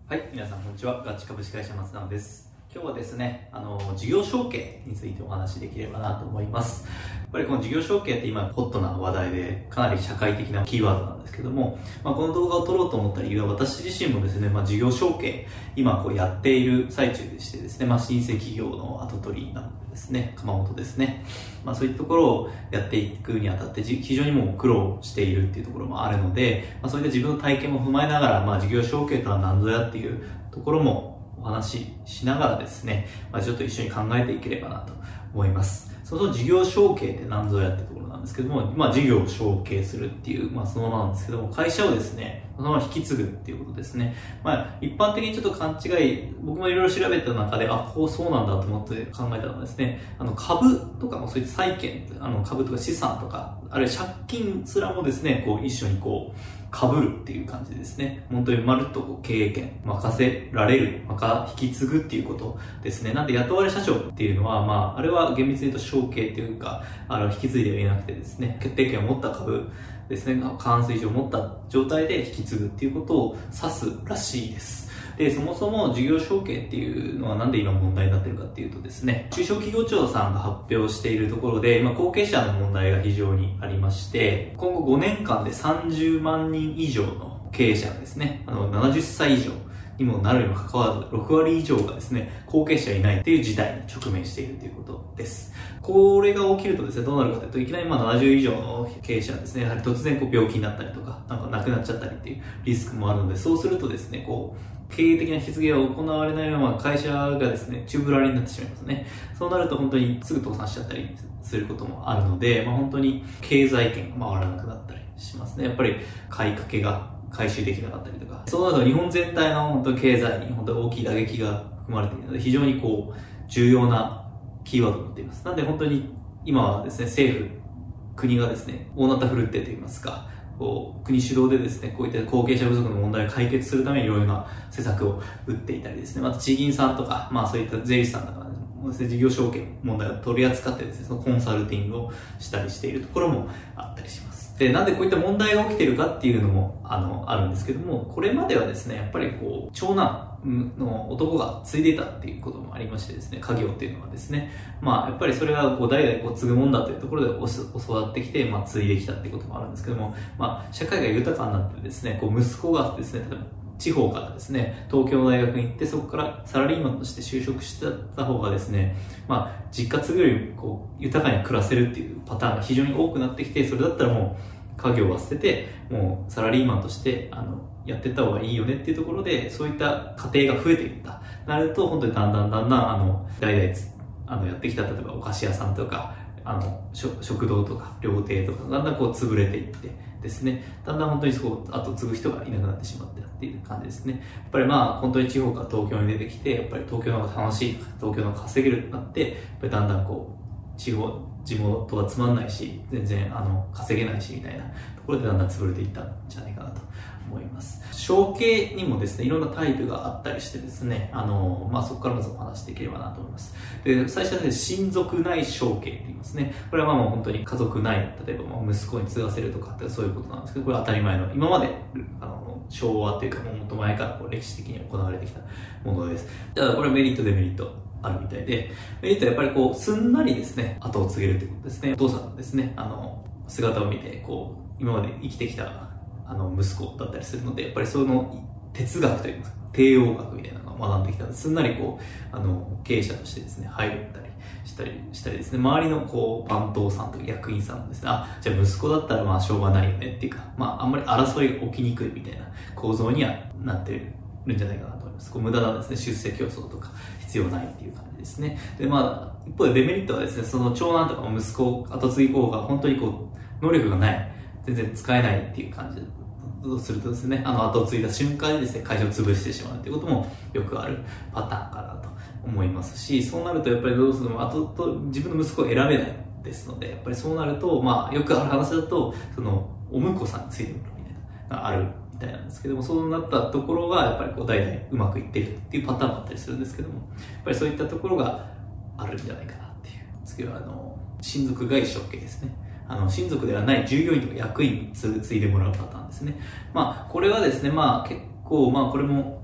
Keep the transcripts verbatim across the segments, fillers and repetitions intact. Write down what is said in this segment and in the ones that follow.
はい、皆さんこんにちは。ガチ株式会社松永です。今日はですね、あの、事業承継についてお話しできればなと思います。やっぱりこの事業承継って今ホットな話題で、かなり社会的なキーワードなんですけども、まあ、この動画を撮ろうと思った理由は私自身もですね、まあ、事業承継、今こうやっている最中でしてですね、まあ、新生企業の後取りなんですね、窯元ですね。まあ、そういったところをやっていくにあたって、非常にもう苦労しているっていうところもあるので、まあ、そういった自分の体験も踏まえながら、まあ、事業承継とは何ぞやっていうところもお話ししながらですね、まあ、ちょっと一緒に考えていければなと思います。そうすると事業承継って何ぞやってところなんですけども、まあ事業を承継するっていう、まあそのままなんですけども、会社をですね、そのまま引き継ぐっていうことですね。まあ一般的にちょっと勘違い、僕もいろいろ調べた中で、あ、こうそうなんだと思って考えたのはですね、あの株とかもそういった債券、あの株とか資産とか、あるいは借金すらもですね、こう一緒にこう、被るっていう感じですね。本当にまるっとこう経営権任せられる、また引き継ぐっていうことですね。なんで雇われ社長っていうのは、まあ、あれは厳密に言うと承継っていうか、あの、引き継いではいなくてですね、決定権を持った株ですね、過半数以上持った状態で引き継ぐっていうことを指すらしいです。で、そもそも事業承継っていうのはなんで今問題になってるかっていうとですね、中小企業庁さんが発表しているところで、今後継者の問題が非常にありまして、今後ごねんかんでさんじゅうまんにん以上の経営者がですね、あの、ななじゅっさい以上にもなるにもかかわらず、ろくわり以上がですね、後継者いないっていう事態に直面しているということです。これが起きるとですね、どうなるかというと、いきなりまあななじゅう以上の経営者はですね、やはり突然こう病気になったりとか、なんか亡くなっちゃったりっていうリスクもあるので、そうするとですね、こう、経営的な引き継ぎが行われないまま会社がですね、宙ぶらりになってしまいますね。そうなると本当にすぐ倒産しちゃったりすることもあるので、まあ本当に経済圏が回らなくなったりしますね。やっぱり買いかけが回収できなかったりとか。そうなると日本全体の本当に経済に本当に大きい打撃が含まれているので、非常にこう、重要なキーワードになっています。なんで本当に今はですね、政府、国がですね、大なた振るってと言いますか、こう国主導でですね、こういった後継者不足の問題を解決するためにいろいろな施策を打っていたりですね、また地銀さんとか、まあそういった税理士さんとかですね、事業承継問題を取り扱ってですね、そのコンサルティングをしたりしているところもあったりします。で、なんでこういった問題が起きているかっていうのも、あの、あるんですけども、これまではですね、やっぱりこう、長男の男が継いでいたっていうこともありましてですね、家業っていうのはですね、まあ、やっぱりそれがこう、代々こう、継ぐもんだというところで教わってきて、まあ、継いできたっていうこともあるんですけども、まあ、社会が豊かになってですね、こう、息子がですね、例えば、地方からですね、東京の大学に行って、そこからサラリーマンとして就職してた方がですね、まあ、実家継ぐよりこう、豊かに暮らせるっていうパターンが非常に多くなってきて、それだったらもう、家業は捨てて、もうサラリーマンとして、あの、やってった方がいいよねっていうところで、そういった家庭が増えていった。なると、本当にだんだんだんだん、あの、代々あの、やってきた、例えばお菓子屋さんとか、あの、食堂とか、料亭とか、だんだんこう潰れていってですね、だんだん本当にそう、後継ぐ人がいなくなってしまってっていう感じですね。やっぱりまあ、本当に地方から東京に出てきて、やっぱり東京の方が楽しいとか、東京の方が稼げるとなって、やっぱりだんだんこう、地方、地元はつまんないし、全然あの、稼げないしみたいなところでだんだん潰れていったんじゃないかなと思います。承継にもですね、いろんなタイプがあったりしてですね、あの、まあ、そこからまずお話していければなと思います。で、最初はですね、親族内承継って言いますね。これはまあもう本当に家族内、例えばもう息子に継がせるとかってそういうことなんですけど、これは当たり前の、今まで、あの、昭和っていうかもうもっと前からこう歴史的に行われてきたものです。ただこれはメリットデメリットあるみたいで、メリットはやっぱりこう、すんなりですね、後を継げるってことですね。お父さんですね、あの、姿を見て、こう、今まで生きてきたあの息子だったりするので、やっぱりその哲学といいますか、帝王学みたいなのを学んできたので、すんなりこう、あの、経営者としてですね、入れたりしたりしたりですね、周りのこう、番頭さんとか役員さんもですね、あ、じゃあ息子だったらまあしょうがないよねっていうか、まああんまり争いが起きにくいみたいな構造にはなってるんじゃないかなと思います。こう無駄なですね、出世競争とか必要ないっていう感じですね。で、まあ、一方でデメリットはですね、その長男とか息子、後継ぎ候補が本当にこう、能力がない、全然使えないっていう感じとするとですね、あの後を継いだ瞬間にですね、会社を潰してしまうということもよくあるパターンかなと思いますし、そうなるとやっぱりどうするも後と自分の息子を選べないですので、やっぱりそうなると、まあよくある話だと、そのお婿さんについてくるみたいなのがあるみたいなんですけども、そうなったところがやっぱりこう代々うまくいっているっていうパターンもあったりするんですけども、やっぱりそういったところがあるんじゃないかなっていう。次はあの、親族外承継ですね。あの、親族ではない従業員とか役員に継いでもらうパターンですね。まあ、これはですね、まあ結構、まあこれも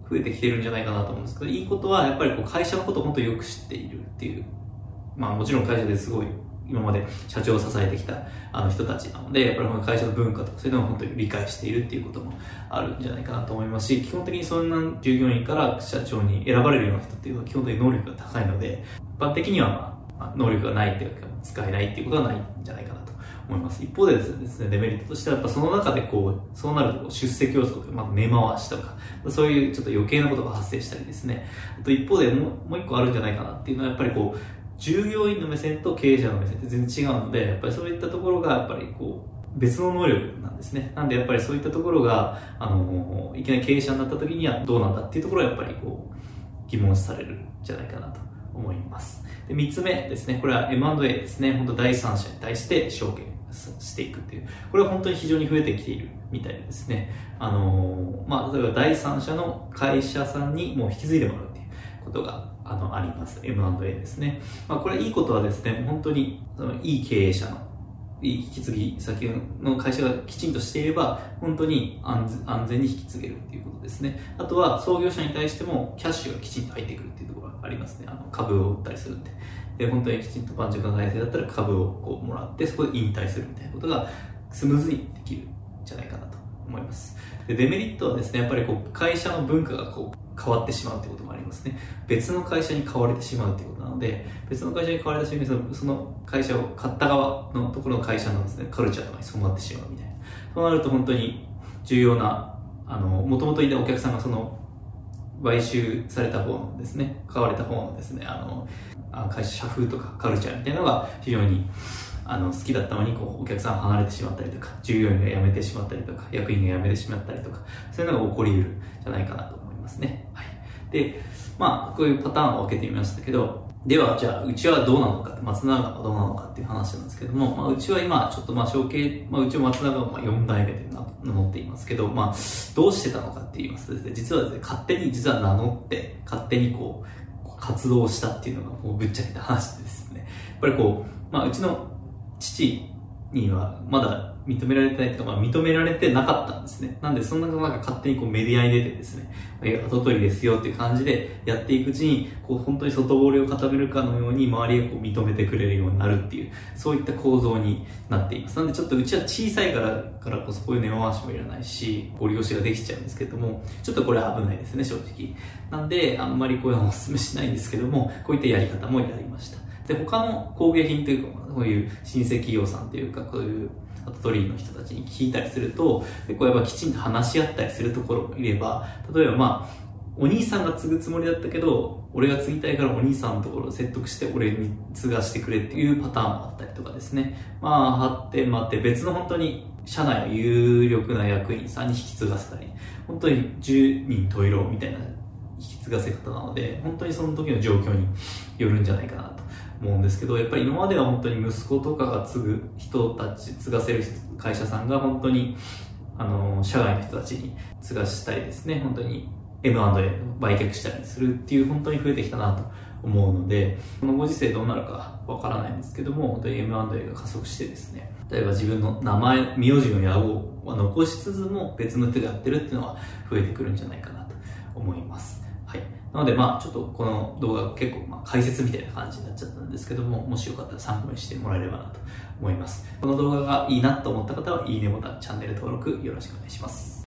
増えてきてるんじゃないかなと思うんですけど、いいことはやっぱりこう会社のことを本当によく知っているっていう。まあもちろん会社ですごい今まで社長を支えてきたあの人たちなので、やっぱりこの会社の文化とかそういうのを本当に理解しているっていうこともあるんじゃないかなと思いますし、基本的にそんな従業員から社長に選ばれるような人っていうのは基本的に能力が高いので、一般的にはまあ能力がないっていうか使えないっていうことはないんじゃないかなと思います。一方でですね、デメリットとしてはやっぱその中でこう、そうなるとこう出席要素とか、まあ、根回しとか、そういうちょっと余計なことが発生したりですね。あと一方でもう、もう一個あるんじゃないかなっていうのはやっぱりこう、従業員の目線と経営者の目線って全然違うので、やっぱりそういったところがやっぱりこう、別の能力なんですね。なんでやっぱりそういったところが、あの、いきなり経営者になった時にはどうなんだっていうところはやっぱりこう、疑問視されるんじゃないかなと思います。で、三つ目ですね。これは エムアンドエー ですね。本当第三者に対して承継していくっていう。これは本当に非常に増えてきているみたいですね。あの、まあ、例えば第三者の会社さんにもう引き継いでもらうっていうことがあの、あります。エムアンドエー ですね。まあ、これいいことはですね、本当に、その、いい経営者の、いい引き継ぎ先の会社がきちんとしていれば、本当に安安全に引き継げるっていうことですね。あとは、創業者に対しても、キャッシュがきちんと入ってくるっていうところがありますね。あの、株を売ったりするんで。で、本当にきちんと盤石な体制だったら株をこうもらって、そこで引退するみたいなことが、スムーズにできるんじゃないかなと思います。で、デメリットはですね、やっぱりこう、会社の文化がこう、変わってしまうということもありますね。別の会社に買われてしまうということなので、別の会社に買われた瞬間にその会社を買った側のところの会社のですね、カルチャーとかに染まってしまうみたいな。そうなると本当に重要な、あの、もともといたお客さんがその、買収された方のですね、買われた方のですね、あの、会社、社風とかカルチャーみたいなのが非常にあの好きだったのにこうお客さんが離れてしまったりとか、従業員が辞めてしまったりとか、役員が辞めてしまったりとか、そういうのが起こり得るんじゃないかなと思いますね。はい。で、まあ、こういうパターンを分けてみましたけど、では、じゃあ、うちはどうなのか、松永はどうなのかっていう話なんですけども、まあ、うちは今、ちょっとまあ、承継、まあ、うちも松永はよん代目で名乗っていますけど、まあ、どうしてたのかって言いますとですね、実はですね、勝手に実は名乗って、勝手にこう、活動したっていうのが、もうぶっちゃけた話でですね、やっぱりこう、まあ、うちの父にはまだ認められてないというか、まあ、認められてなかったんですね。なんで、そんななんか勝手にこうメディアに出てですね、跡取りですよっていう感じでやっていくうちに、こう本当に外堀を固めるかのように周りがこう認めてくれるようになるっていう、そういった構造になっています。なんでちょっとうちは小さいから、からこそこういう根回しもいらないし、ご利用しができちゃうんですけども、ちょっとこれ危ないですね、正直。なんで、あんまりこういうのをお勧めしないんですけども、こういったやり方もやりました。で、他の工芸品というか、こういう新生企業さんというか、こういう跡取りの人たちに聞いたりすると、結構やっぱきちんと話し合ったりするところもいれば、例えばまあ、お兄さんが継ぐつもりだったけど、俺が継ぎたいからお兄さんのところを説得して俺に継がしてくれっていうパターンもあったりとかですね。まあ、発展もあって別の本当に社内の有力な役員さんに引き継がせたり、本当にじゅうにん十色みたいな引き継がせ方なので、本当にその時の状況によるんじゃないかなと思うんですけど、やっぱり今までは本当に息子とかが継ぐ人たち、継がせる会社さんが本当に、あの、社外の人たちに継がしたりですね、本当に エムアンドエー 売却したりするっていう本当に増えてきたなと思うので、このご時世どうなるかわからないんですけども、本当に エムアンドエー が加速してですね、例えば自分の名前、名字の野望は残しつつも別の人がやってるっていうのは増えてくるんじゃないかなと思います。はい。なのでまあちょっとこの動画結構まあ解説みたいな感じになっちゃったんですけども、もしよかったら参考にしてもらえればなと思います。この動画がいいなと思った方は、いいねボタン、チャンネル登録よろしくお願いします。